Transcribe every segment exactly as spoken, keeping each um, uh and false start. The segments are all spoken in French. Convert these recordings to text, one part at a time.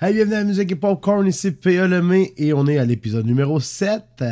Hey, bienvenue à la musique et popcorn, ici P A Lemay et on est à l'épisode numéro sept.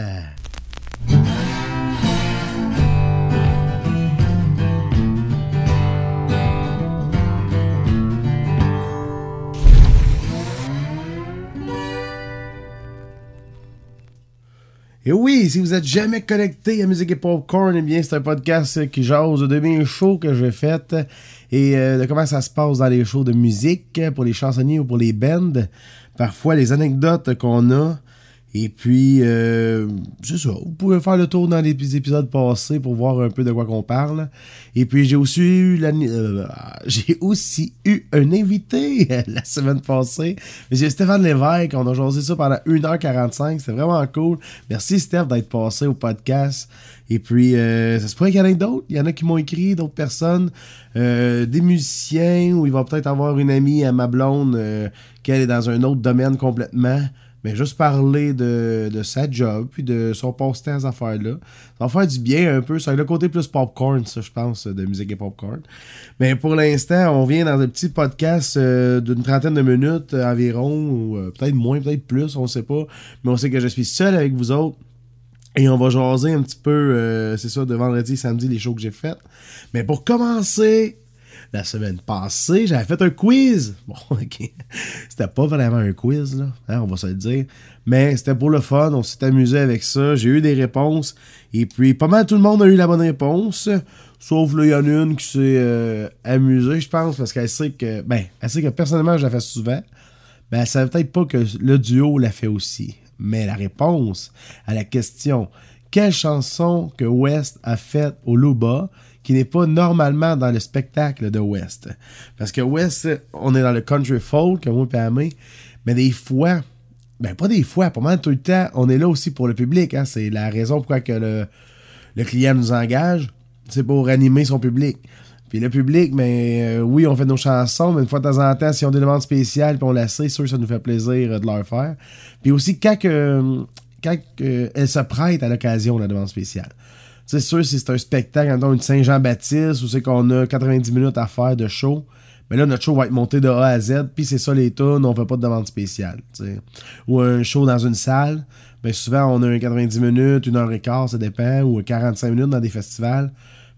Et oui, si vous êtes jamais connecté à Musique et Popcorn, eh bien c'est un podcast qui jase de mes shows que j'ai fait et euh, de comment ça se passe dans les shows de musique pour les chansonniers ou pour les bands. Parfois les anecdotes qu'on a. Et puis, euh, c'est ça, vous pouvez faire le tour dans les épisodes passés pour voir un peu de quoi qu'on parle. Et puis, j'ai aussi eu la, euh, j'ai aussi eu un invité la semaine passée. Monsieur Stéphane Lévesque, on a jasé ça pendant une heure quarante-cinq, c'était vraiment cool. Merci Steph d'être passé au podcast. Et puis, euh, ça se pourrait qu'il y en ait d'autres. Il y en a qui m'ont écrit, d'autres personnes, euh, des musiciens, ou il va peut-être avoir une amie à ma blonde, euh, qu'elle est dans un autre domaine complètement. Mais juste parler de, de sa job, puis de son passe-temps à ces affaires-là. Ça va faire du bien un peu. C'est le côté plus popcorn, ça, je pense, de musique et popcorn. Mais pour l'instant, on vient dans un petit podcast euh, d'une trentaine de minutes euh, environ, ou euh, peut-être moins, peut-être plus, on sait pas. Mais on sait que je suis seul avec vous autres. Et on va jaser un petit peu, euh, c'est ça, de vendredi et samedi, les shows que j'ai fait. Mais pour commencer... La semaine passée, j'avais fait un quiz. Bon, ok. C'était pas vraiment un quiz, là. Hein, on va se le dire. Mais c'était pour le fun. On s'est amusé avec ça. J'ai eu des réponses. Et puis, pas mal tout le monde a eu la bonne réponse. Sauf, là, il y en a une qui s'est euh, amusée, je pense, parce qu'elle sait que... Ben, elle sait que personnellement, je la fais souvent. Ben, elle savait peut-être pas que le duo l'a fait aussi. Mais la réponse à la question « Quelle chanson que West a faite au Luba ?» qui n'est pas normalement dans le spectacle de West. Parce que West, on est dans le country folk, comme moi et Amé, mais des fois, ben pas des fois, pas mal tout le temps, on est là aussi pour le public. Hein, c'est la raison pourquoi que le, le client nous engage, c'est pour animer son public. Puis le public, mais euh, oui, on fait nos chansons, mais une fois de temps en temps, si on a des demandes spéciales, puis on la sait, sûr ça nous fait plaisir euh, de leur faire. Puis aussi, quand, que, quand euh, elle se prête à l'occasion, la demande spéciale. C'est sûr, si c'est un spectacle, dans une Saint-Jean-Baptiste, où c'est qu'on a quatre-vingt-dix minutes à faire de show, mais là, notre show va être monté de A à Z, puis c'est ça les tunes, on fait pas de demande spéciale. T'sais. Ou un show dans une salle, ben souvent, on a un quatre-vingt-dix minutes, une heure et quart, ça dépend, ou quarante-cinq minutes dans des festivals.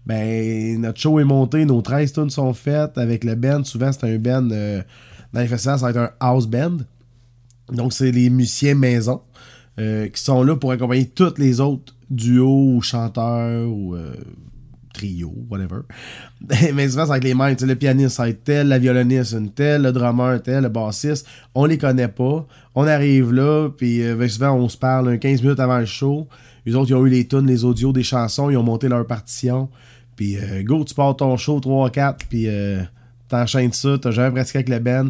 Ben, notre show est monté, nos treize tunes sont faites avec le band. Souvent, c'est un band, euh, dans les festivals, ça va être un house band. Donc, c'est les musiciens maison euh, qui sont là pour accompagner toutes les autres duo ou chanteur ou euh, trio, whatever. Mais souvent, ça va être les mêmes. T'sais, le pianiste, ça va être tel, la violoniste, une telle, le drummer, tel, le bassiste. On les connaît pas. On arrive là, puis euh, souvent, on se parle quinze minutes avant le show. Les autres, ils ont eu les tunes, les audios des chansons, ils ont monté leur partition. Puis euh, go, tu pars ton show trois quatre, puis euh, t'enchaînes ça, t'as jamais pratiqué avec le band.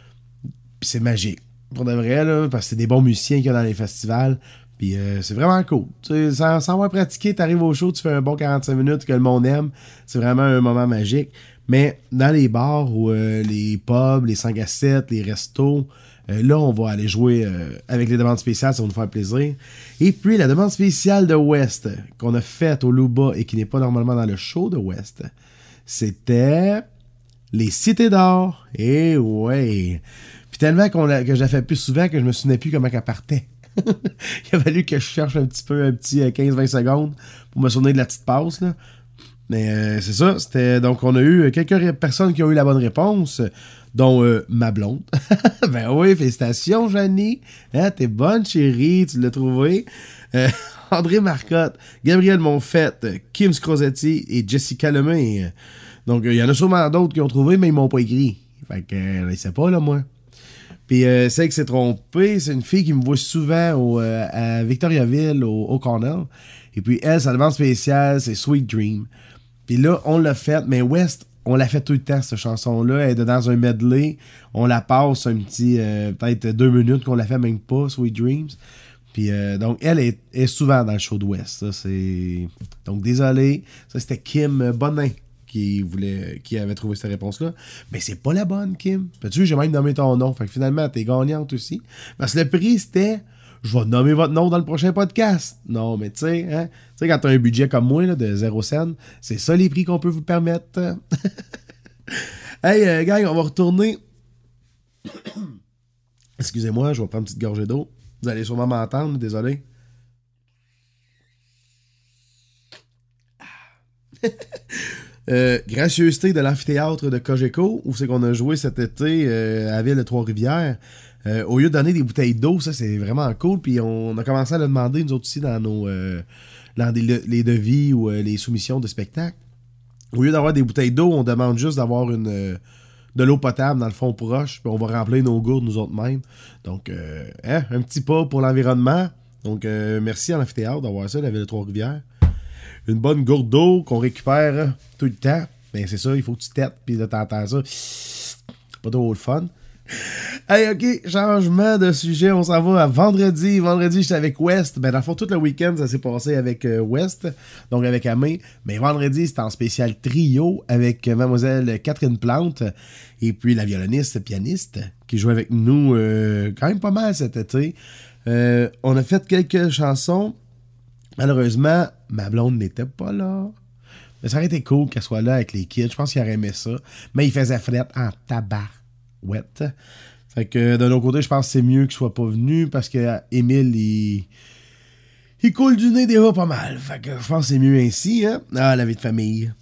Puis c'est magique. Pour de vrai, là, parce que c'est des bons musiciens qu'il y a dans les festivals. Puis euh, c'est vraiment cool. T'sais, sans, sans avoir pratiqué, t'arrives au show, tu fais un bon quarante-cinq minutes que le monde aime. C'est vraiment un moment magique. Mais dans les bars ou euh, les pubs, les cinq à sept, les restos, euh, là, on va aller jouer euh, avec les demandes spéciales, ça va nous faire plaisir. Et puis, la demande spéciale de West qu'on a faite au Luba et qui n'est pas normalement dans le show de West, c'était les Cités d'or. Et ouais. Puis tellement qu'on l'a, que je la fais plus souvent que je me souvenais plus comment elle partait. Il a fallu que je cherche un petit peu, un petit quinze vingt secondes pour me souvenir de la petite passe, là. Mais euh, c'est ça, c'était donc on a eu quelques personnes qui ont eu la bonne réponse, dont euh, ma blonde. Ben oui, félicitations, Janie. Hein, t'es bonne, chérie, tu l'as trouvé. Euh, André Marcotte, Gabriel Monfette, Kim Scrosetti et Jessica Lemay. Donc, il euh, y en a sûrement d'autres qui ont trouvé, mais ils m'ont pas écrit. Fait que, euh, je sais pas, là, moi. Puis euh, celle qui s'est trompée, c'est une fille qui me voit souvent au, euh, à Victoriaville, au, au Cornell. Et puis elle, sa demande spéciale, c'est Sweet Dream. Puis là, on l'a fait, mais West, on l'a fait tout le temps, cette chanson-là. Elle est dans un medley. On la passe un petit, euh, peut-être deux minutes qu'on la fait, même pas, Sweet Dreams. Puis euh, donc, elle est, est souvent dans le show de West. Ça, c'est... Donc, désolé. Ça, c'était Kim Bonin qui voulait, qui avait trouvé cette réponse-là. Mais c'est pas la bonne, Kim. Peux-tu, j'ai même nommé ton nom. Fait que finalement, t'es gagnante aussi. Parce que le prix, c'était « Je vais nommer votre nom dans le prochain podcast ». Non, mais tu sais, hein, tu sais, quand t'as un budget comme moi, là, de zéro cent, c'est ça les prix qu'on peut vous permettre. Hey, euh, gang, on va retourner Excusez-moi, je vais prendre une petite gorgée d'eau. Vous allez sûrement m'entendre, désolé. euh, gracieuseté de l'amphithéâtre de Cogeco, où c'est qu'on a joué cet été euh, à la ville de Trois-Rivières. Euh, au lieu de donner des bouteilles d'eau, ça c'est vraiment cool. Puis on a commencé à le demander, nous autres aussi, dans nos euh, dans des, les devis ou euh, les soumissions de spectacles. Au lieu d'avoir des bouteilles d'eau, on demande juste d'avoir une euh, de l'eau potable dans le fond proche. Puis on va remplir nos gourdes nous autres mêmes. Donc, euh, hein, un petit pas pour l'environnement. Donc, euh, merci à l'amphithéâtre d'avoir ça, la ville de Trois-Rivières. Une bonne gourde d'eau qu'on récupère tout le temps. Ben c'est ça, il faut que tu têtes, puis là t'entends ça. Pas trop le fun. Hey, ok, changement de sujet, on s'en va à vendredi. Vendredi, j'étais avec West. Ben, dans le fond, tout le week-end, ça s'est passé avec euh, West, donc avec Amé. Mais vendredi, c'était en spécial trio avec euh, mademoiselle Catherine Plante et puis la violoniste pianiste qui jouait avec nous euh, quand même pas mal cet été. Euh, on a fait quelques chansons. Malheureusement, ma blonde n'était pas là. Mais ça aurait été cool qu'elle soit là avec les kids. Je pense qu'il aurait aimé ça. Mais il faisait fret en tabac. Ouais. Fait que de l'autre côté, je pense que c'est mieux qu'il soit pas venu parce que Émile, il. Il coule du nez déjà pas mal. Fait que je pense que c'est mieux ainsi, hein. Ah, la vie de famille.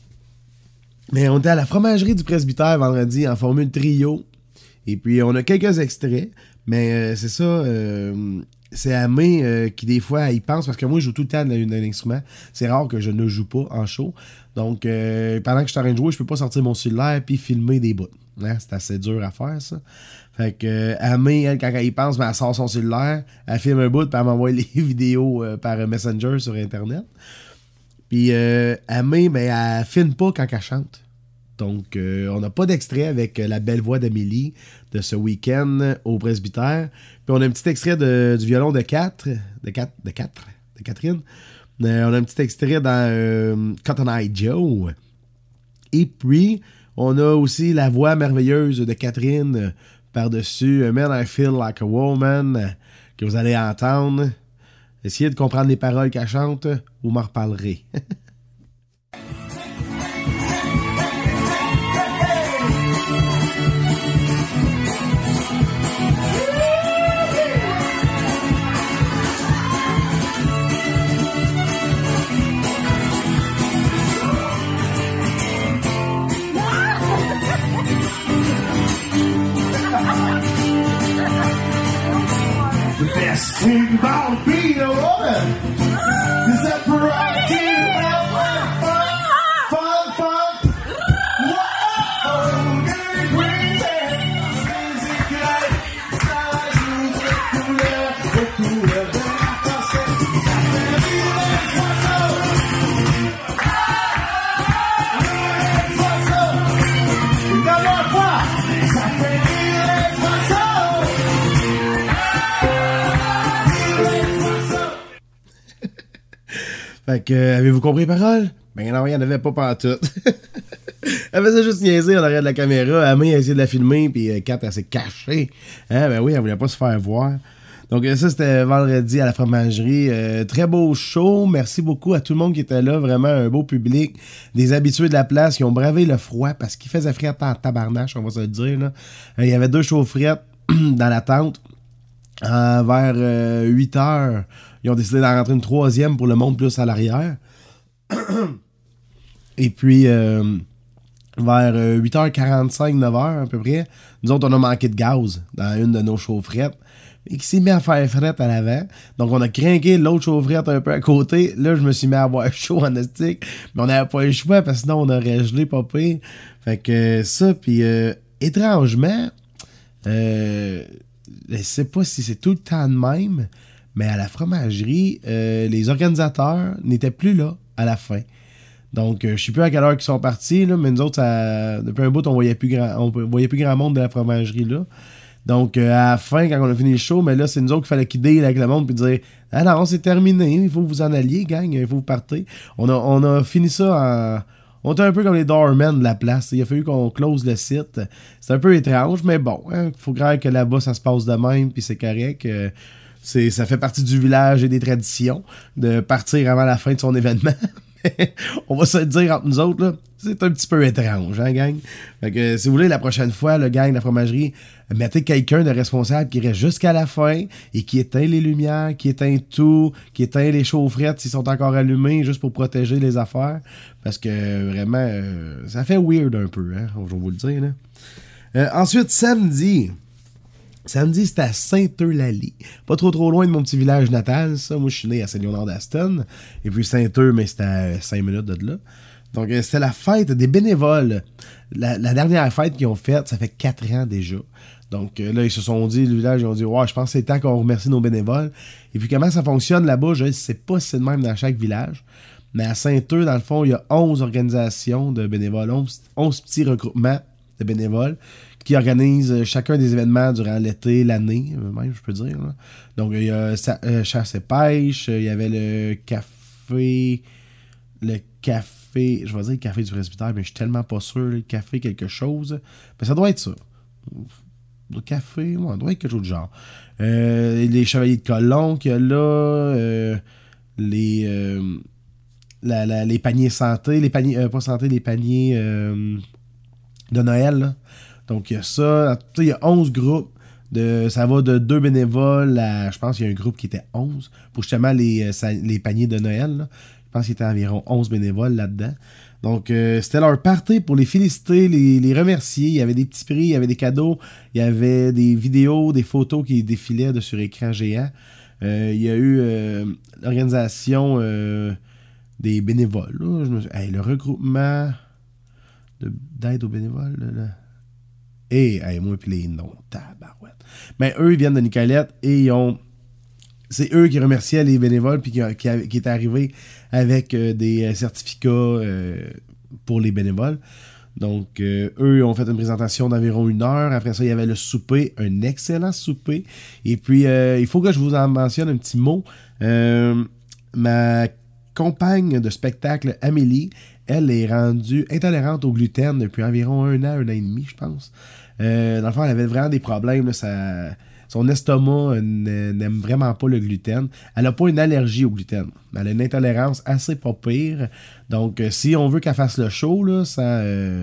Mais on était à la fromagerie du presbytère vendredi en formule trio. Et puis on a quelques extraits. Mais euh, c'est ça. Euh, c'est Amé euh, qui des fois y pense parce que moi je joue tout le temps d'un instrument. C'est rare que je ne joue pas en show. Donc euh, pendant que je suis en train de jouer, je peux pas sortir mon cellulaire puis filmer des bouts. Hein, c'est assez dur à faire, ça. Fait que euh, Amé, elle, quand elle y pense, ben, elle sort son cellulaire, elle filme un bout, puis elle m'envoie les vidéos euh, par Messenger sur Internet. Puis euh, Amé, ben, elle filme pas quand elle chante. Donc, euh, on n'a pas d'extrait avec la belle voix d'Amélie de ce week-end au presbytère. Puis on a un petit extrait de, du violon de quatre, de quatre, de quatre, de Catherine. Euh, on a un petit extrait dans euh, Cotton Eye Joe. Et puis, on a aussi la voix merveilleuse de Catherine euh, par-dessus euh, Man, I Feel Like a Woman euh, que vous allez entendre. Essayez de comprendre les paroles qu'elle chante, vous m'en reparlerez. The best thing about being a woman is that variety and fun, fun, fun. Whoa, getting crazy. Music like stars, you get cooler, get cooler than I said. What's up? What's up? You got more fun. What's up? Fait que, euh, avez-vous compris les paroles? Ben non, il n'y en avait pas pantoute. Elle faisait juste niaiser en arrière de la caméra. Amé a essayé de la filmer, puis euh, Kat, elle s'est cachée. Hein? Ben oui, elle voulait pas se faire voir. Donc euh, ça, c'était vendredi à la fromagerie. Euh, très beau show. Merci beaucoup à tout le monde qui était là. Vraiment un beau public. Des habitués de la place qui ont bravé le froid parce qu'il faisait fret en tabarnache, on va se le dire. Là. Euh, il y avait deux chaufferettes dans la tente. Euh, vers euh, huit heures, ils ont décidé d'en rentrer une troisième pour le monde plus à l'arrière. Et puis, euh, vers euh, huit heures quarante-cinq, neuf heures à peu près, nous autres, on a manqué de gaz dans une de nos chaufferettes et qui s'est mis à faire frette à l'avant. Donc, on a craqué l'autre chaufferette un peu à côté. Là, je me suis mis à avoir chaud en estique, mais on n'avait pas le choix parce que sinon, on aurait gelé pas pire. Fait que ça, puis euh, étrangement, euh... je ne sais pas si c'est tout le temps de même, mais à la fromagerie, euh, les organisateurs n'étaient plus là à la fin. Donc, euh, je ne sais plus à quelle heure ils sont partis, là, mais nous autres, ça, depuis un bout, on voyait plus grand, on voyait plus grand monde de la fromagerie là. Donc, euh, à la fin, quand on a fini le show, mais là, c'est nous autres qu'il fallait qu'il deal avec le monde puis dire « Ah non, c'est terminé, il faut que vous en alliez, gang, il faut que vous partez. » On a, on a fini ça en... On était un peu comme les doormen de la place. Il a fallu qu'on close le site. C'est un peu étrange, mais bon, il hein, faut croire que là-bas, ça se passe de même, puis c'est correct. Euh, c'est, ça fait partie du village et des traditions de partir avant la fin de son événement. On va se le dire entre nous autres, là. C'est un petit peu étrange, hein, gang? Fait que, si vous voulez, la prochaine fois, le gang de la fromagerie, mettez quelqu'un de responsable qui reste jusqu'à la fin et qui éteint les lumières, qui éteint tout, qui éteint les chaufferettes s'ils sont encore allumés, juste pour protéger les affaires. Parce que, vraiment, euh, ça fait weird un peu, hein? Je vais vous le dire, là. Euh, ensuite, samedi... Samedi, c'était à Saint-Eulalie. Pas trop trop loin de mon petit village natal, ça. Moi, je suis né à Saint-Léonard-d'Aston. Et puis Saint-Eustache, mais c'était à cinq minutes de là. Donc, euh, c'était la fête des bénévoles. La, la dernière fête qu'ils ont faite, ça fait quatre ans déjà. Donc, euh, là, ils se sont dit, le village, ils ont dit, ouais, je pense que c'est temps qu'on remercie nos bénévoles. Et puis, comment ça fonctionne là-bas, je ne sais pas si c'est de même dans chaque village. Mais à Saint-Eustache, dans le fond, il y a onze organisations de bénévoles, onze, onze petits regroupements de bénévoles qui organisent chacun des événements durant l'été, l'année, même, je peux dire. Là. Donc, il y a euh, chasse et pêche, il y avait le café, le café, je vais dire le café du presbytère, mais je suis tellement pas sûr, le café quelque chose. Mais ça doit être ça. Le café, ouais, ça doit être quelque chose de genre. Euh, les chevaliers de colon qu'il y a là, euh, les, euh, la, la, les paniers santé, les paniers, euh, pas santé, les paniers euh, de Noël, là. Donc, il y a ça. Il y a onze groupes. De, ça va de deux bénévoles à... Je pense qu'il y a un groupe qui était onze. Pour justement les, les paniers de Noël. Là. Je pense qu'il y était environ onze bénévoles là-dedans. Donc, euh, c'était leur party pour les féliciter, les, les remercier. Il y avait des petits prix, il y avait des cadeaux. Il y avait des vidéos, des photos qui défilaient de sur écran géant. Euh, il y a eu euh, l'organisation euh, des bénévoles. Là. Je me suis... hey, le regroupement de, d'aide aux bénévoles... Là, là. Et, hey, moi, puis les noms, tabarouette. Mais eux, ils viennent de Nicolette et ils ont. C'est eux qui remerciaient les bénévoles puis qui, qui, qui étaient arrivés avec euh, des certificats euh, pour les bénévoles. Donc, euh, eux ont fait une présentation d'environ une heure. Après ça, il y avait le souper, un excellent souper. Et puis, euh, il faut que je vous en mentionne un petit mot. Euh, ma compagne de spectacle, Amélie, elle est rendue intolérante au gluten depuis environ un an, un an et demi, je pense. Euh, dans le fond, elle avait vraiment des problèmes. Là, ça, son estomac n'aime vraiment pas le gluten. Elle n'a pas une allergie au gluten. Elle a une intolérance assez pas pire. Donc, euh, si on veut qu'elle fasse le show, là, sans, euh,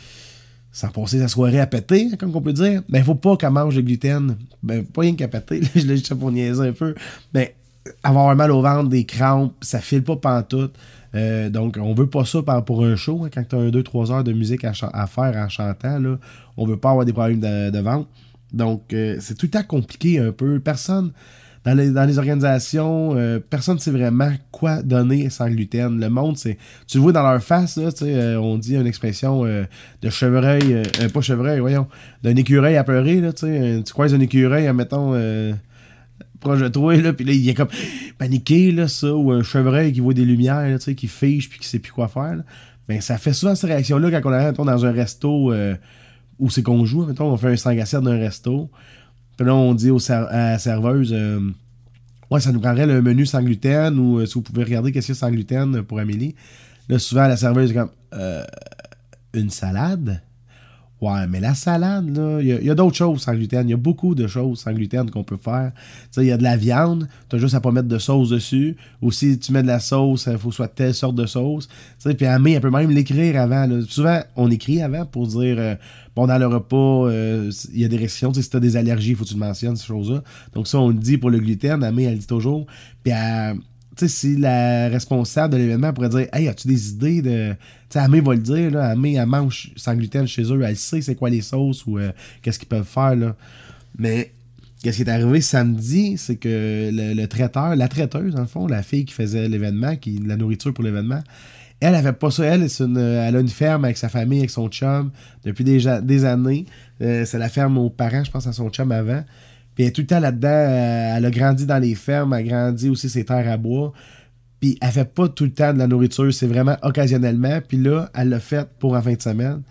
sans passer sa soirée à péter, comme on peut dire, ben, il ne faut pas qu'elle mange le gluten. Ben, pas rien qu'à péter. Là, je l'ai juste pour niaiser un peu. Ben, avoir mal au ventre, des crampes, ça file pas pantoute. Euh, donc, on veut pas ça pour un show. Hein, quand tu as un deux trois heures de musique à, ch- à faire en chantant, là, on veut pas avoir des problèmes de, de ventre. Donc, euh, c'est tout le temps compliqué un peu. Personne, dans les, dans les organisations, euh, personne ne sait vraiment quoi donner sans gluten. Le monde, c'est tu le vois dans leur face, là, euh, on dit une expression euh, de chevreuil, euh, euh, pas chevreuil, voyons, d'un écureuil apeuré. Là, euh, tu croises un écureuil, mettons... Euh, proche de toi, là, puis là, il est comme paniqué, là, ça, ou un chevreuil qui voit des lumières, là, tu sais, qui fige, puis qui sait plus quoi faire, là. Ben, ça fait souvent cette réaction-là quand on arrive, mettons, dans un resto euh, où c'est qu'on joue, mettons, on fait un cinq à sept d'un resto, puis là, on dit au ser- à la serveuse, euh, ouais, ça nous prendrait le menu sans gluten, ou euh, si vous pouvez regarder qu'est-ce qu'il y a sans gluten pour Amélie. Là, souvent, la serveuse est comme, euh, une salade? Ouais, mais la salade, là, il y a, a d'autres choses sans gluten. Il y a beaucoup de choses sans gluten qu'on peut faire. Tu sais, il y a de la viande, tu as juste à pas mettre de sauce dessus. Ou si tu mets de la sauce, il faut que ce soit telle sorte de sauce. Tu sais, puis Amé, elle peut même l'écrire avant. Là. Souvent, on écrit avant pour dire, euh, bon, dans le repas, il euh, y a des restrictions. Tu sais, si tu as des allergies, il faut que tu le mentionnes, ces choses-là. Donc ça, on le dit pour le gluten. Amé, elle le dit toujours. Puis elle... Tu sais, si la responsable de l'événement pourrait dire « Hey, as-tu des idées de... » Tu sais, Amé va le dire, là. Amé, elle mange sans gluten chez eux. Elle sait c'est quoi les sauces ou euh, qu'est-ce qu'ils peuvent faire, là. Mais qu'est-ce qui est arrivé samedi, c'est que le, le traiteur, la traiteuse, dans le fond, la fille qui faisait l'événement, qui la nourriture pour l'événement, elle, elle fait pas ça. Elle, c'est une, elle a une ferme avec sa famille, avec son chum, depuis des, des années. Euh, c'est la ferme aux parents, je pense, à son chum avant. Puis elle est tout le temps là-dedans, euh, elle a grandi dans les fermes, elle a grandi aussi ses terres à bois. Puis elle fait pas tout le temps de la nourriture, c'est vraiment occasionnellement. Puis là, elle l'a fait pour en fin de semaine.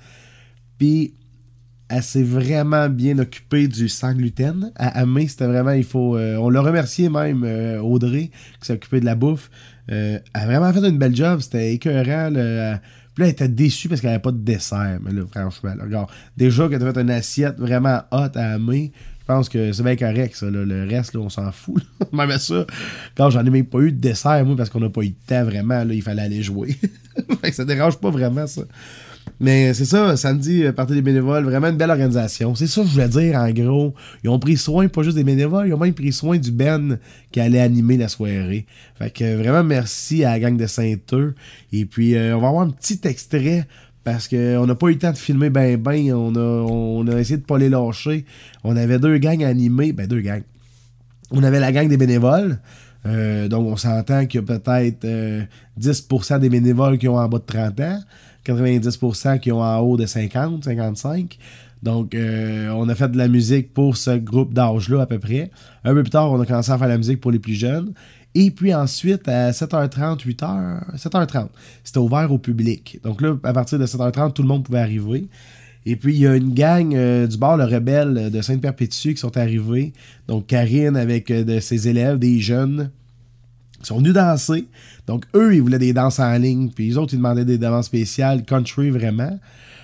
Puis elle s'est vraiment bien occupée du sans gluten. À Amé, c'était vraiment, il faut... Euh, on l'a remercié même, euh, Audrey, qui s'est occupée de la bouffe. Euh, elle a vraiment fait une belle job, c'était écœurant. Là. Puis là, elle était déçue parce qu'elle n'avait pas de dessert. Mais là, franchement, là, regarde, déjà qu'elle a fait une assiette vraiment hot à Amé, je pense que c'est bien correct, ça. Là. Le reste, là, on s'en fout. Là. Même ça, quand j'en ai même pas eu de dessert, moi, parce qu'on n'a pas eu de temps vraiment, là, il fallait aller jouer. Fait que ça dérange pas vraiment, ça. Mais c'est ça, samedi, euh, partie des bénévoles, vraiment une belle organisation. C'est ça que je voulais dire, en gros. Ils ont pris soin, pas juste des bénévoles, ils ont même pris soin du Ben qui allait animer la soirée. Fait que euh, vraiment merci à la gang de Saint-Eux. Et puis, euh, on va avoir un petit extrait parce qu'on n'a pas eu le temps de filmer ben ben. On a, on a essayé de pas les lâcher. On avait deux gangs animés. Ben, deux gangs. On avait la gang des bénévoles. Euh, donc, on s'entend qu'il y a peut-être euh, dix pour cent des bénévoles qui ont en bas de trente ans. quatre-vingt-dix pour cent qui ont en haut de cinquante, cinquante-cinq. Donc, euh, on a fait de la musique pour ce groupe d'âge-là, à peu près. Un peu plus tard, on a commencé à faire de la musique pour les plus jeunes. Et puis ensuite, à sept heures trente, huit heures, sept heures trente, c'était ouvert au public. Donc là, à partir de sept heures trente, tout le monde pouvait arriver. Et puis, il y a une gang euh, du bar Le Rebelle de Sainte-Perpétue qui sont arrivés. Donc, Karine avec euh, de ses élèves, des jeunes, ils sont venus danser. Donc, eux, ils voulaient des danses en ligne. Puis les autres, ils demandaient des demandes spéciales, country vraiment.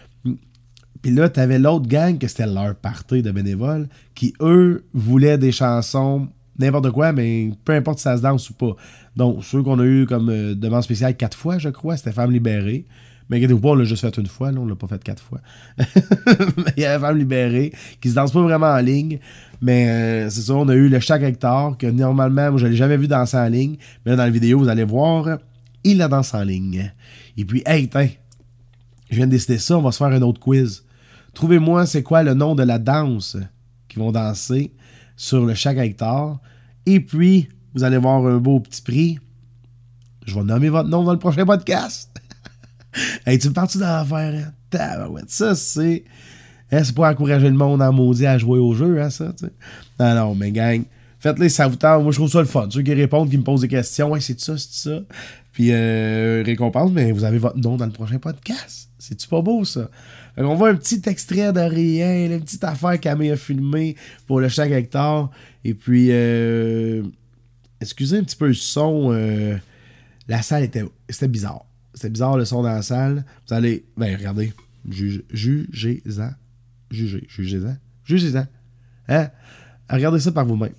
Puis là, t'avais l'autre gang, que c'était leur party de bénévoles, qui, eux, voulaient des chansons, n'importe quoi, mais peu importe si ça se danse ou pas. Donc, ceux qu'on a eu comme euh, demande spéciale quatre fois, je crois, c'était Femmes libérées. Mais inquiétez-vous pas, on l'a juste fait une fois, là, on l'a pas fait quatre fois. Il y avait Femmes libérées, qui se dansent pas vraiment en ligne. Mais euh, c'est ça, on a eu le Chaque Hectare, que normalement, moi, je l'ai jamais vu danser en ligne. Mais là, dans la vidéo, vous allez voir, il la danse en ligne. Et puis, hey, tiens, je viens de décider ça, on va se faire un autre quiz. Trouvez-moi, c'est quoi le nom de la danse qu'ils vont danser sur le Chaque Hectare. Et puis, vous allez voir un beau petit prix. Je vais nommer votre nom dans le prochain podcast. Hey, tu me parles-tu d'en faire? Hein? Ça, c'est... Hein, c'est pour encourager le monde en maudit à jouer au jeu, hein, ça, tu sais. Non, non, mais gang, faites-les, ça vous tente. Moi, je trouve ça le fun. Ceux qui répondent, qui me posent des questions, hey, c'est ça, c'est ça. Puis, euh, récompense, mais vous avez votre nom dans le prochain podcast. C'est-tu pas beau, ça? Fait qu'on voit un petit extrait de rien, une petite affaire qu'Amé a filmé pour le Chaque Hectare. Et puis, euh, excusez un petit peu le son. Euh, la salle était... C'était bizarre. C'était bizarre le son dans la salle. Vous allez... Ben, regardez. Juge, jugez-en. Jugez. Jugez-en. Jugez-en. Hein? Regardez ça par vous-même.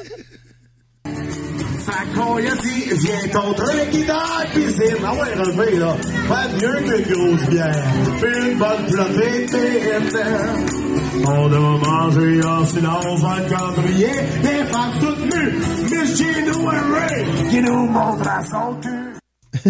Fait qu'on y a dit, viens contre les guitares cuisine. Ah ouais, relevé, là. Pas mieux qu'une grosse bière. Puis une bonne plotée de pétère. On a mangé en silence un calendrier. Des femmes toutes nues. Miss Gino et Ray qui nous montre à son cul.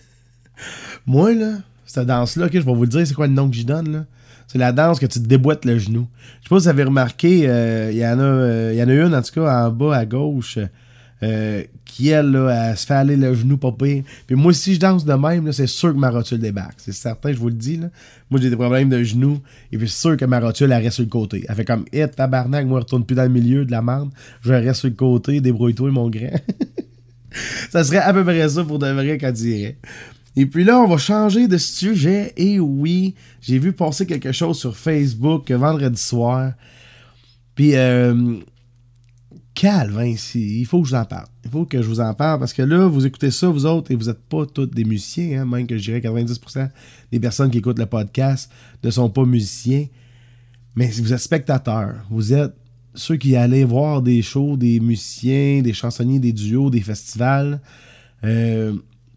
Moi, là, cette danse-là, okay, je vais vous le dire, c'est quoi le nom que j'y donne, là? C'est la danse que tu te déboîtes le genou. Je sais pas si vous avez remarqué, il euh, y, euh, y en a une, en tout cas, en bas à gauche, euh, qui, elle, là, elle se fait aller le genou pas pire. Puis moi, si je danse de même, là, c'est sûr que ma rotule débarque. C'est certain, je vous le dis, là. Moi, j'ai des problèmes de genou, et puis c'est sûr que ma rotule, elle reste sur le côté. Elle fait comme, hé, tabarnak, moi, je retourne plus dans le milieu de la merde. Je reste sur le côté, débrouille-toi, mon grand. Ça serait à peu près ça pour de vrai qu'on dirait. Et puis là, on va changer de sujet. Et oui, j'ai vu passer quelque chose sur Facebook vendredi soir. Puis, euh, calme, hein, ici. Il faut que je vous en parle. Il faut que je vous en parle parce que là, vous écoutez ça, vous autres, et vous n'êtes pas tous des musiciens. Hein, même que je dirais quatre-vingt-dix pour cent des personnes qui écoutent le podcast ne sont pas musiciens. Mais vous êtes spectateurs. Vous êtes ceux qui allaient voir des shows, des musiciens, des chansonniers, des duos, des festivals. Euh...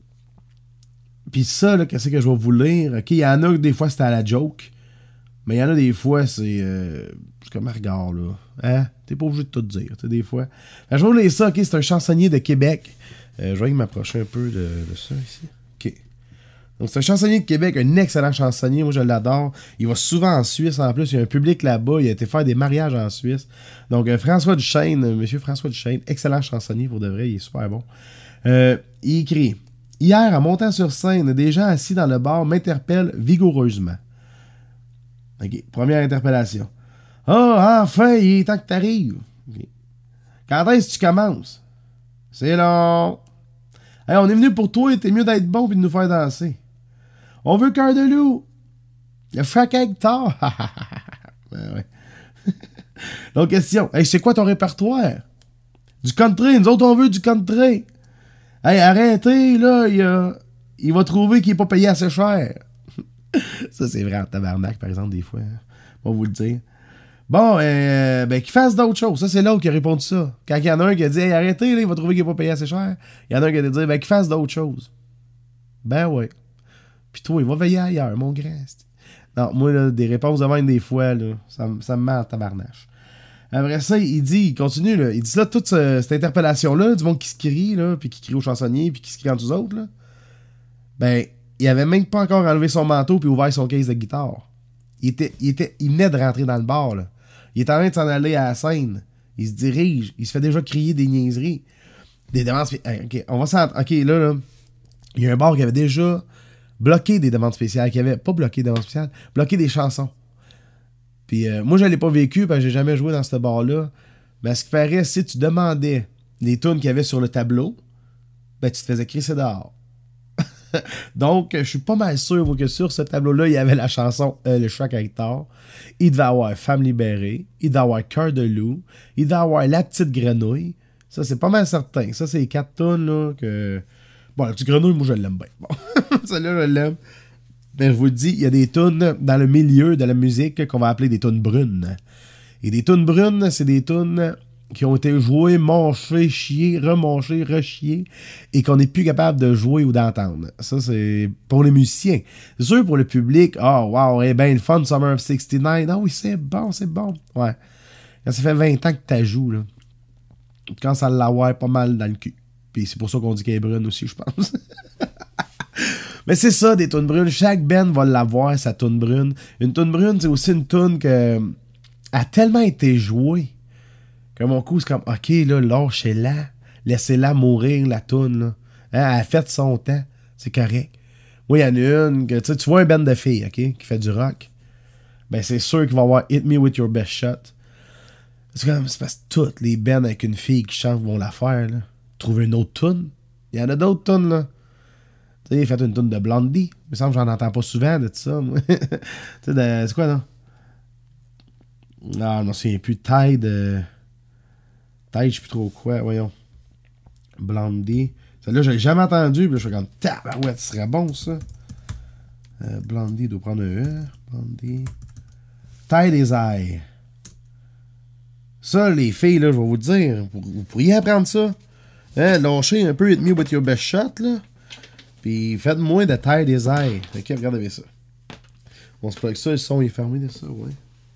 Puis ça, là, qu'est-ce que je vais vous lire? OK, il y en a que des fois, c'était à la joke. Mais il y en a des fois, c'est... Euh, c'est comme un regard, là. Hein? T'es pas obligé de tout dire, tu sais, des fois. Fait, je vais vous lire ça, OK? C'est un chansonnier de Québec. Euh, je vais m'approcher un peu de, de ça, ici. OK. Donc, c'est un chansonnier de Québec, un excellent chansonnier. Moi, je l'adore. Il va souvent en Suisse, en plus. Il y a un public là-bas. Il a été faire des mariages en Suisse. Donc, euh, François Duchesne, euh, monsieur François Duchesne, excellent chansonnier, pour de vrai. Il est super bon. Euh, il écrit... Hier, en montant sur scène, des gens assis dans le bar m'interpellent vigoureusement. OK, première interpellation. Ah, oh, enfin, il est temps que t'arrives. Okay. Quand est-ce que tu commences? C'est long. Hey, on est venu pour toi, t'es mieux d'être bon puis de nous faire danser. On veut Cœur de loup. Le Chaque Hectare. Ben ouais. Donc, question. Hey, c'est quoi ton répertoire? Du country. Nous autres, on veut du country. Hey, arrêtez, là, il, a, il va trouver qu'il n'est pas payé assez cher. Ça, c'est vrai en tabarnak, par exemple, des fois. Hein. On va vous le dire. Bon, euh, ben, qu'il fasse d'autres choses. Ça, c'est l'autre qui a répondu ça. Quand il y en a un qui a dit, hey, arrêtez, là, il va trouver qu'il n'est pas payé assez cher. Il y en a un qui a dit, ben, qu'il fasse d'autres choses. Ben, ouais. Puis toi, il va veiller ailleurs, mon grand. Non, moi, là, des réponses de même, des fois, là, ça, ça me met en tabarnache. Après ça, il dit, il continue, là. Il dit, là, toute ce, cette interpellation-là, du monde qui se crie, là, puis qui crie aux chansonniers, puis qui se crie entre eux autres, là. Ben, il avait même pas encore enlevé son manteau puis ouvert son case de guitare. Il était, il était, il venait de rentrer dans le bar, là. Il est en train de s'en aller à la scène. Il se dirige. Il se fait déjà crier des niaiseries. Des demandes spéciales. OK, on va s'en... OK, là, là, il y a un bar qui avait déjà bloqué des demandes spéciales. Qui avait pas bloqué des demandes spéciales, bloqué des chansons. Puis euh, moi, je l'ai pas vécu parce que j'ai jamais joué dans ce bar-là. Mais à ce qui paraît, si tu demandais les tunes qu'il y avait sur le tableau, ben tu te faisais crisser dehors. Donc, je suis pas mal sûr moi, que sur ce tableau-là, il y avait la chanson euh, Le Choc à guitare. Il devait avoir Femme libérée. Il devait avoir Cœur de loup. Il devait avoir La petite grenouille. Ça, c'est pas mal certain. Ça, c'est les quatre tunes là, que... Bon, La petite grenouille, moi, je l'aime bien. Bon, celle-là, je l'aime. Mais je vous le dis, il y a des tunes dans le milieu de la musique qu'on va appeler des tunes brunes. Et des tunes brunes, c'est des tunes qui ont été jouées, manchées, chiées, remanchées, rechiées, et qu'on n'est plus capable de jouer ou d'entendre. Ça, c'est pour les musiciens. C'est sûr, pour le public, ah, oh, wow, eh ben, le fun, Summer of soixante-dix-neuf, ah oui, c'est bon, c'est bon. Ouais. Quand ça fait vingt ans que tu joues, là, quand ça l'avoir pas mal dans le cul. Puis c'est pour ça qu'on dit qu'elle est brune aussi, je pense. Mais c'est ça, des tunes brunes. Chaque band va l'avoir, sa tune brune. Une tune brune, c'est aussi une tune que a tellement été jouée que mon coup, c'est comme, OK, là, lâchez-la. Laissez-la mourir, la tune, là. Hein, elle a fait son temps. C'est correct. Moi, il y en a une que, tu vois un band de filles, OK, qui fait du rock. Ben, c'est sûr qu'il va avoir Hit Me With Your Best Shot. C'est comme, c'est parce que toutes les bands avec une fille qui chante vont la faire, là. Trouver une autre tune. Il y en a d'autres tunes, là. Tu sais, il fait une tune de Blondie. Il me semble que j'en entends pas souvent de ça, moi. Tu sais, de... c'est quoi, non? Non, je me souviens plus. Tide. Euh... Tide, je sais plus trop quoi. Voyons. Blondie. Celle-là, je l'ai jamais entendu. Puis là, je suis comme, tabarouette, ce serait bon, ça. Euh, Blondie, il doit prendre un E. Blondie. Tide is Eye. Ça, les filles, là, je vais vous le dire. Vous pourriez apprendre ça. Hein, lâchez un peu Hit Me With Your Best Shot, là. Puis faites moins de Tide des airs. Ok, regardez ça. On se plug ça, le son est fermé de ça, ouais.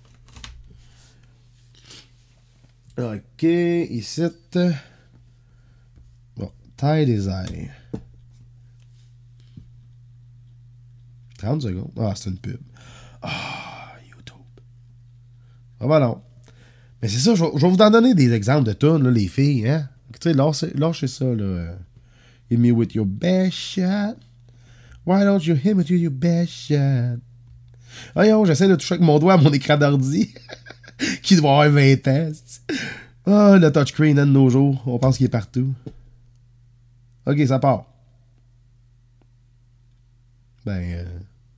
Ok, ici. Bon, Tide des airs. trente secondes. Ah, c'est une pub. Ah, YouTube. Ah, bah non. Mais c'est ça, je vais, je vais vous en donner des exemples de tunes, là, les filles, hein. Tu sais, lâchez, lâchez ça, là. Hit me with your best shot. Why don't you hit me with your best shot? Voyons, j'essaie de toucher avec mon doigt à mon écran d'ordi. Qui doit avoir vingt ans. Ah, oh, le touchscreen de nos jours. On pense qu'il est partout. Ok, ça part. Ben... Euh...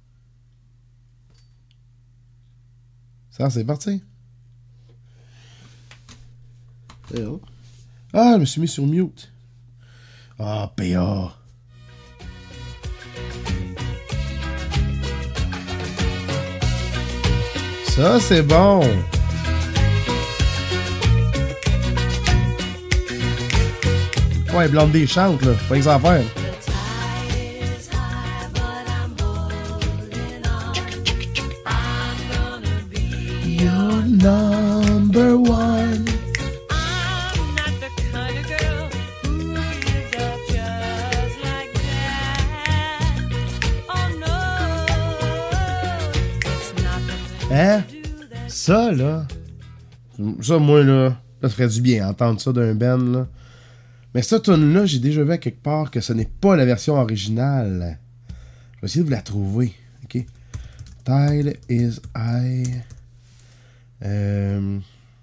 Ça, c'est parti. Ah, je me suis mis sur mute. Ah, P A. Ça, c'est bon. Ouais, Blondie chante, là. Pas que ça à faire. You're number one. Hein? Ça, là... Ça, moi, là... Ça ferait du bien entendre ça d'un band, là. Mais cette tune-là, j'ai déjà vu à quelque part que ce n'est pas la version originale. Je vais essayer de vous la trouver. OK? Tide is Eye. Euh...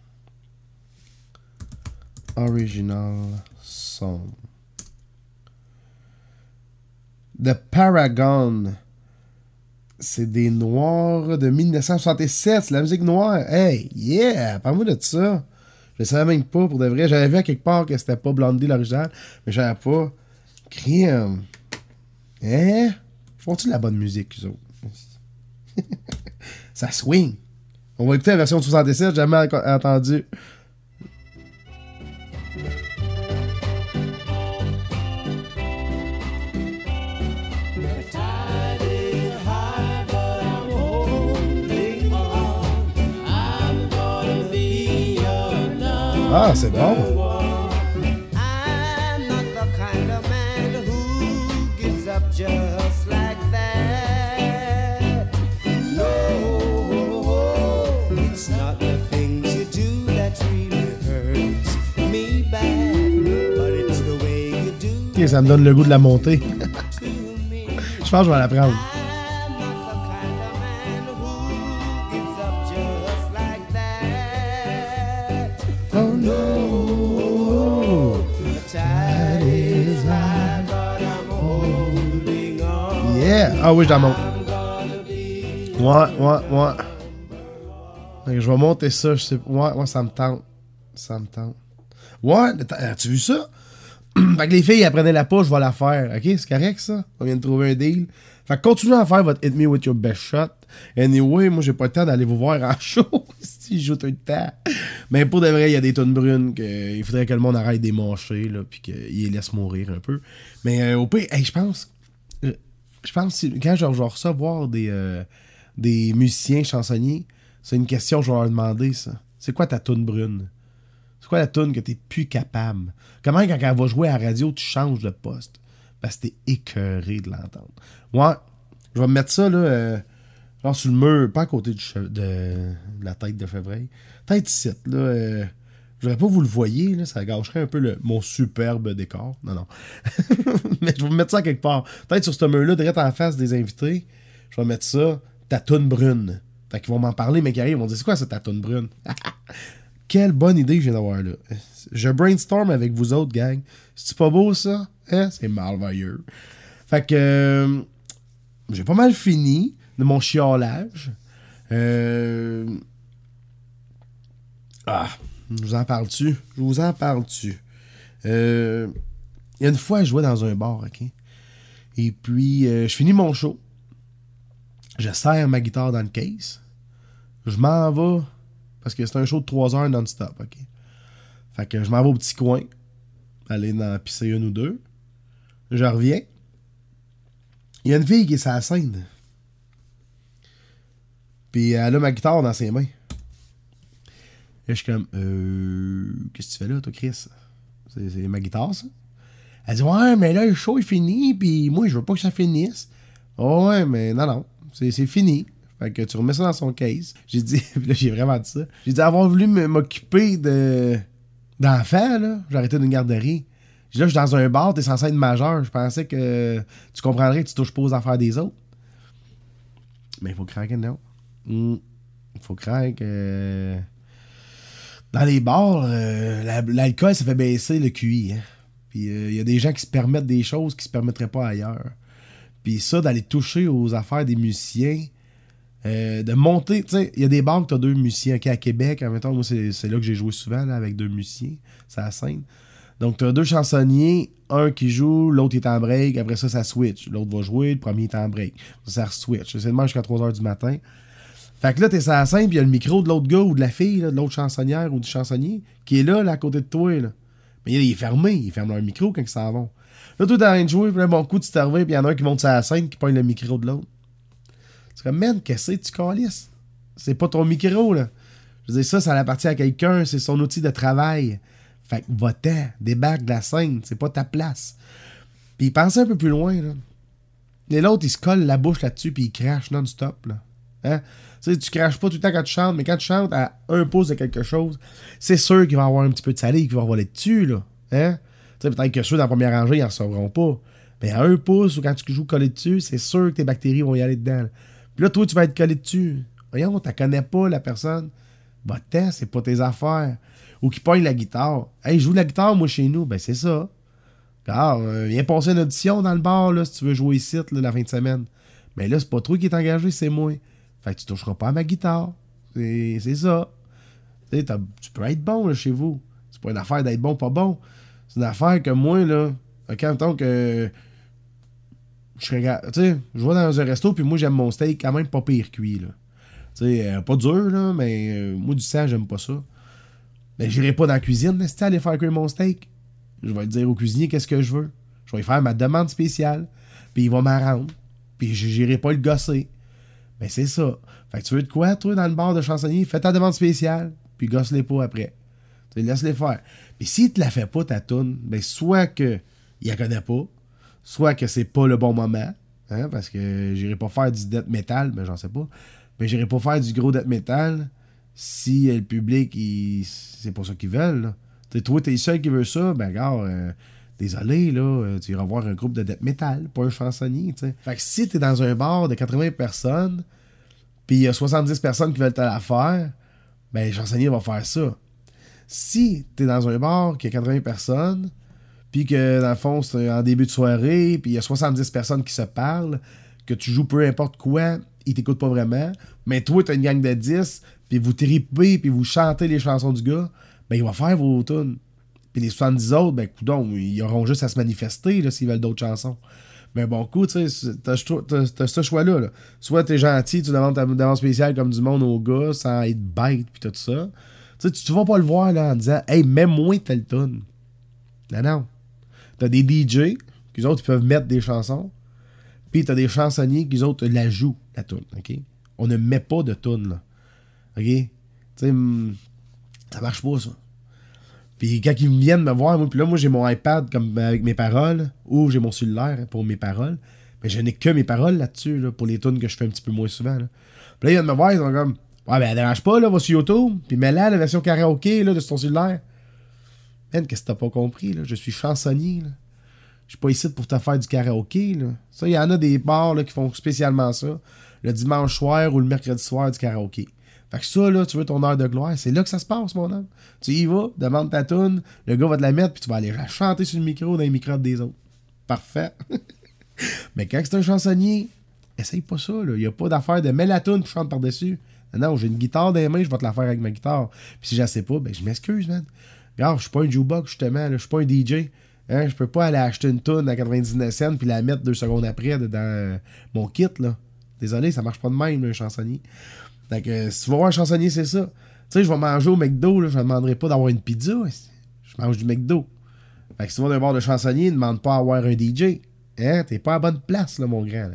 Original song. The Paragon. C'est des Noirs de mille neuf cent soixante-sept. C'est la musique noire. Hey, yeah! Parle-moi de ça. Je ne savais même pas, pour de vrai. J'avais vu à quelque part que c'était pas Blondie l'original, mais j'avais pas. Crime. Hein? Font-ils de la bonne musique, eux autres? Ça swing. On va écouter la version de soixante-sept, jamais entendu. Ah, c'est bon. Okay, ça me donne le goût de la monter. Je pense que je vais la prendre. Oh no, that is high, but I'm holding on. Yeah! Ah oui, je la monte. Ouais, ouais, ouais. Donc, je vais monter ça, je sais pas. Ouais, ouais, ça me tente. Ça me tente. Ouais, as-tu vu ça? Fait que les filles, elles prenaient la poche, je vais la faire. Ok, c'est correct ça? On vient de trouver un deal. Fait que continuez à faire votre Hit Me With Your Best Shot. Anyway, moi j'ai pas le temps d'aller vous voir en show si je joue tout le temps. Mais pour de vrai, il y a des tonnes brunes qu'il faudrait que le monde arrête des mancher, là, puis qu'il les laisse mourir un peu. Mais euh, au pire, hey, je pense. Je pense que quand je vais recevoir des, euh, des musiciens chansonniers, c'est une question que je vais leur demander ça. C'est quoi ta toune brune? C'est quoi la toune que t'es plus capable? Comment, quand elle va jouer à la radio, tu changes de poste? Parce que t'es écœuré de l'entendre. Ouais, je vais me mettre ça, là, euh, genre sur le mur, pas à côté du che- de, de la tête de février. Tête ici, là. Euh, je voudrais pas vous le voyez, là, ça gâcherait un peu le, mon superbe décor. Non, non. Mais je vais me mettre ça quelque part. Peut-être sur ce mur-là, direct en face des invités, je vais mettre ça, ta toune brune. Fait qu'ils vont m'en parler, mais qui arrivent, ils vont dire, c'est quoi ça, ta toune brune? Quelle bonne idée que je viens d'avoir là. Je brainstorm avec vous autres, gang. C'est-tu pas beau, ça? Hein? C'est merveilleux. Fait que euh, j'ai pas mal fini de mon chiolage. Euh... Ah, je vous en parle-tu? Je vous en parle-tu? Euh... Il y a une fois, je jouais dans un bar, OK? Et puis, euh, je finis mon show. Je serre ma guitare dans le case. Je m'en vais... Parce que c'est un show de trois heures non-stop, OK? Fait que je m'en vais au petit coin, aller dans pisser une ou deux. Je reviens. Il y a une fille qui est sur la scène. Puis elle a ma guitare dans ses mains. Et je suis comme, euh, qu'est-ce que tu fais là, toi, Chris? C'est, c'est ma guitare, ça? Elle dit, ouais, mais là, le show est fini, puis moi, je veux pas que ça finisse. Oh, ouais, mais non, non, c'est, c'est fini. Fait que tu remets ça dans son case. J'ai dit, là, j'ai vraiment dit ça. J'ai dit avoir voulu m'occuper de d'enfants, là. J'ai arrêté d'une garderie. J'ai dit, là, je suis dans un bar, t'es censé être majeur. Je pensais que tu comprendrais que tu touches pas aux affaires des autres. Mais il faut craquer, non. Il mm. faut craquer que... Dans les bars, euh, la, l'alcool, ça fait baisser le Q I. Hein. Puis il euh, y a des gens qui se permettent des choses qui se permettraient pas ailleurs. Puis ça, d'aller toucher aux affaires des musiciens... Euh, de monter, tu sais, il y a des bars que t'as deux musiciens, ok, à Québec, en même temps, moi c'est, c'est là que j'ai joué souvent, là, avec deux musiciens, c'est la scène. Donc t'as deux chansonniers, un qui joue, l'autre est en break, après ça, ça switch. L'autre va jouer, le premier est en break. Ça, ça switch. C'est demain jusqu'à trois heures du matin. Fait que là, t'es sur la scène, puis il y a le micro de l'autre gars ou de la fille, là, de l'autre chansonnière ou du chansonnier, qui est là, là, à côté de toi, là. Mais il est fermé, ils ferment leur micro quand ils s'en vont. Là, toi, t'es en train de jouer, puis là, bon coup, tu t'arrives, puis il y en a un qui monte sur la scène, qui pogne le micro de l'autre. C'est comme, man, qu'est-ce que tu calisses? C'est pas ton micro, là. Je veux dire, ça, ça appartient à quelqu'un, c'est son outil de travail. Fait que va-t'en, débarque de la scène, c'est pas ta place. Puis il pensait un peu plus loin, là. Et l'autre, il se colle la bouche là-dessus, puis il crache non-stop, là. Hein? Tu sais, tu craches pas tout le temps quand tu chantes, mais quand tu chantes à un pouce de quelque chose, c'est sûr qu'il va y avoir un petit peu de salive qui va voler dessus, là. Hein? Tu sais, peut-être que ceux dans la première rangée, ils en recevront pas. Mais à un pouce, ou quand tu joues collé dessus, c'est sûr que tes bactéries vont y aller dedans, là. Puis là, toi, tu vas être collé dessus. Voyons, tu la connais pas, la personne. Bah, t'es, c'est pas tes affaires. Ou qui pogne la guitare. Hey, je joue la guitare, moi, chez nous. Ben, c'est ça. Car, euh, viens passer une audition dans le bar, là, si tu veux jouer ici, là, la fin de semaine. Mais là, c'est pas toi qui est engagé, c'est moi. Fait que tu toucheras pas à ma guitare. C'est, c'est ça. Tu peux être bon, là, chez vous. C'est pas une affaire d'être bon, pas bon. C'est une affaire que moi, là, OK, en tant que... Je serais, tu sais, je vais dans un resto, puis moi, j'aime mon steak quand même pas pire cuit, là. Tu sais, euh, pas dur, là, mais euh, moi, du sang, j'aime pas ça. Mais j'irai pas dans la cuisine, laisse-t-il aller faire cuire mon steak. Je vais le dire au cuisinier qu'est-ce que je veux. Je vais lui faire ma demande spéciale, puis il va m'en rendre. Puis j'irai pas le gosser. Ben c'est ça. Fait que tu veux de quoi, toi, dans le bar de chansonnier? Fais ta demande spéciale, puis gosse-les pas après. Tu sais, laisse-les faire. Puis s'il te la fait pas, ta toune, ben soit que il la connaît pas, soit que c'est pas le bon moment, hein, parce que j'irai pas faire du death metal, ben j'en sais pas, mais j'irai pas faire du gros death metal si euh, le public, il... c'est pas ça qu'ils veulent, là. T'sais, toi, t'es le seul qui veut ça, ben gars, euh, désolé, là, euh, tu iras voir un groupe de death metal, pas un chansonnier, tu sais. Fait que si t'es dans un bar de quatre-vingts personnes, pis il y a soixante-dix personnes qui veulent te la faire, ben le chansonnier va faire ça. Si t'es dans un bar qui a quatre-vingts personnes, puis que dans le fond, c'est en début de soirée, puis il y a soixante-dix personnes qui se parlent, que tu joues peu importe quoi, ils t'écoutent pas vraiment, mais toi, t'as une gang de dix, puis vous tripez, puis vous chantez les chansons du gars, ben il va faire vos tunes. Puis les soixante-dix autres, ben coudonc, ils auront juste à se manifester là, s'ils veulent d'autres chansons. Mais bon, coup, tu sais, t'as, t'as, t'as ce choix-là. Là. Soit t'es gentil, tu demandes ta demande spéciale comme du monde aux gars, sans être bête, puis tout ça. Tu sais, tu vas pas le voir là en disant « Hey, mets-moi telle tune. » Non, non. T'as des D J, qu'eux autres, ils peuvent mettre des chansons, puis t'as des chansonniers, qu'eux autres la jouent, la tune, OK? On ne met pas de tune, là. OK? Tu sais, ça marche pas, ça. Puis quand ils viennent me voir, moi, puis là, moi, j'ai mon iPad comme avec mes paroles, ou j'ai mon cellulaire pour mes paroles, mais je n'ai que mes paroles là-dessus, là, pour les tunes que je fais un petit peu moins souvent, là. Puis là, ils viennent me voir, ils sont comme, ouais, ben, elle dérange pas, là, va sur YouTube, puis mets-la, la version karaoké, là, de ton cellulaire. Man, qu'est-ce que t'as pas compris, là? Je suis chansonnier, là. Je suis pas ici pour te faire du karaoké, là. Ça, il y en a des bars, là, qui font spécialement ça, le dimanche soir ou le mercredi soir du karaoké. Fait que ça, là, tu veux ton heure de gloire, c'est là que ça se passe, mon homme. Tu y vas, demande ta toune, le gars va te la mettre, puis tu vas aller la chanter sur le micro dans les microbes des autres. Parfait. Mais quand c'est un chansonnier, essaye pas ça, là. Il y a pas d'affaire de mets la toune, puis chante par-dessus. Non, non, j'ai une guitare dans les mains, je vais te la faire avec ma guitare. Puis si je la sais pas, ben je m'excuse, man. Regarde, je suis pas un jukebox, justement, là. Je suis pas un D J. Hein? Je peux pas aller acheter une toune à quatre-vingt-dix-neuf cents puis la mettre deux secondes après dans euh, mon kit, là. Désolé, ça marche pas de même, là, un chansonnier. Fait que si tu vas voir un chansonnier, c'est ça. Tu sais, je vais manger au McDo, là, je ne demanderai pas d'avoir une pizza. Je mange du McDo. Fait que si tu vas dans un bar de chansonnier, ne demande pas à avoir un D J. Hein? T'es pas à bonne place, là, mon grand. Là.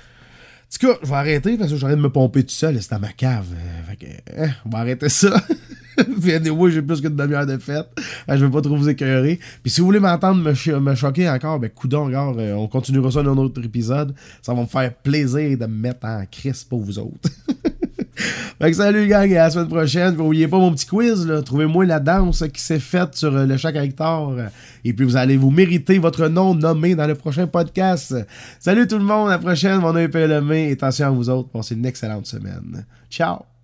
En tout cas, je vais arrêter parce que j'arrête de me pomper tout seul. C'est à ma cave. Fait que, hein, on va arrêter ça. Puis anyway, j'ai plus qu'une demi-heure de fête. Je veux pas trop vous écœurer. Puis si vous voulez m'entendre me, ch- me choquer encore, ben coudonc, regarde, euh, on continuera ça dans un autre épisode. Ça va me faire plaisir de me mettre en crise pour vous autres. Fait que salut gang, et à la semaine prochaine. N'oubliez pas mon petit quiz, là. Trouvez-moi la danse qui s'est faite sur euh, le Chat Carictor. Et puis vous allez vous mériter votre nom nommé dans le prochain podcast. Salut tout le monde, à la prochaine. Mon nom est P L M. Et attention à vous autres. Passez une excellente semaine. Ciao!